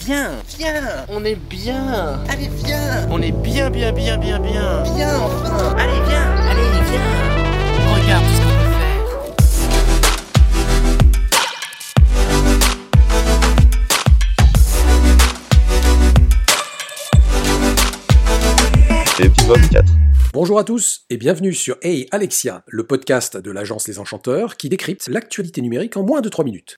Viens, viens. On est bien. Allez, viens. On est bien. Viens, enfin. Allez, viens. Regarde tout ce qu'on peut faire. Épisode 4. Bonjour à tous et bienvenue sur Hey Alexia, le podcast de l'agence Les Enchanteurs qui décrypte l'actualité numérique en moins de 3 minutes.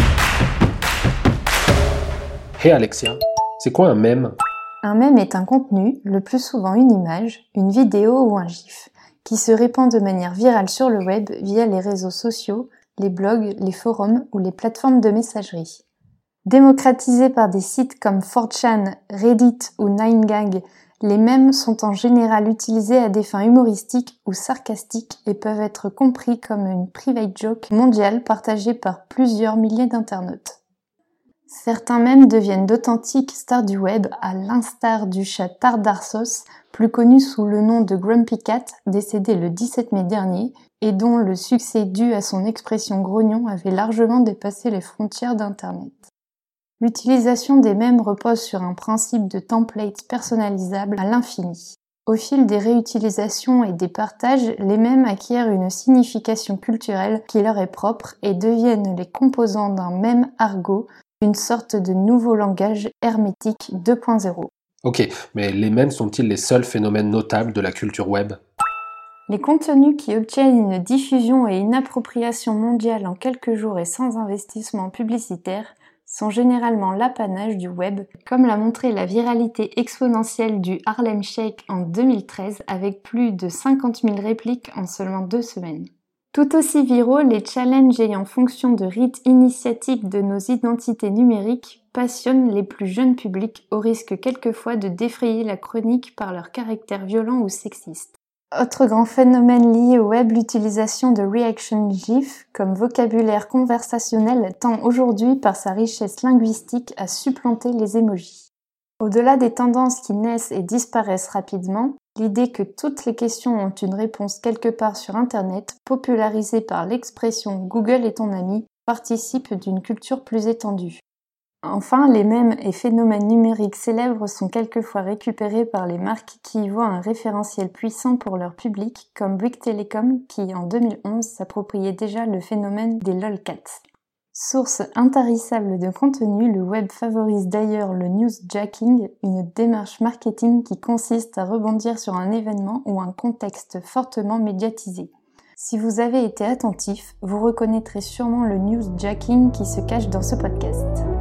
Hey Alexia, c'est quoi un mème ? Un mème est un contenu, le plus souvent une image, une vidéo ou un gif, qui se répand de manière virale sur le web via les réseaux sociaux, les blogs, les forums ou les plateformes de messagerie. Démocratisés par des sites comme 4chan, Reddit ou 9gag, les mèmes sont en général utilisés à des fins humoristiques ou sarcastiques et peuvent être compris comme une private joke mondiale partagée par plusieurs milliers d'internautes. Certains mèmes deviennent d'authentiques stars du web, à l'instar du chat Tardarsos, plus connu sous le nom de Grumpy Cat, décédé le 17 mai dernier, et dont le succès dû à son expression grognon avait largement dépassé les frontières d'Internet. L'utilisation des mèmes repose sur un principe de template personnalisable à l'infini. Au fil des réutilisations et des partages, les mèmes acquièrent une signification culturelle qui leur est propre et deviennent les composants d'un mème argot, une sorte de nouveau langage hermétique 2.0. Ok, mais les mèmes sont-ils les seuls phénomènes notables de la culture web ? Les contenus qui obtiennent une diffusion et une appropriation mondiale en quelques jours et sans investissement publicitaire sont généralement l'apanage du web, comme l'a montré la viralité exponentielle du Harlem Shake en 2013 avec plus de 50 000 répliques en seulement 2 semaines. Tout aussi viraux, les challenges ayant fonction de rites initiatiques de nos identités numériques passionnent les plus jeunes publics au risque quelquefois de défrayer la chronique par leur caractère violent ou sexiste. Autre grand phénomène lié au web, l'utilisation de reaction GIF comme vocabulaire conversationnel tend aujourd'hui par sa richesse linguistique à supplanter les emojis. Au-delà des tendances qui naissent et disparaissent rapidement, l'idée que toutes les questions ont une réponse quelque part sur Internet, popularisée par l'expression « Google est ton ami », participe d'une culture plus étendue. Enfin, les mèmes et phénomènes numériques célèbres sont quelquefois récupérés par les marques qui y voient un référentiel puissant pour leur public, comme Bouygues Telecom qui, en 2011, s'appropriait déjà le phénomène des lolcats. Source intarissable de contenu, le web favorise d'ailleurs le newsjacking, une démarche marketing qui consiste à rebondir sur un événement ou un contexte fortement médiatisé. Si vous avez été attentif, vous reconnaîtrez sûrement le newsjacking qui se cache dans ce podcast.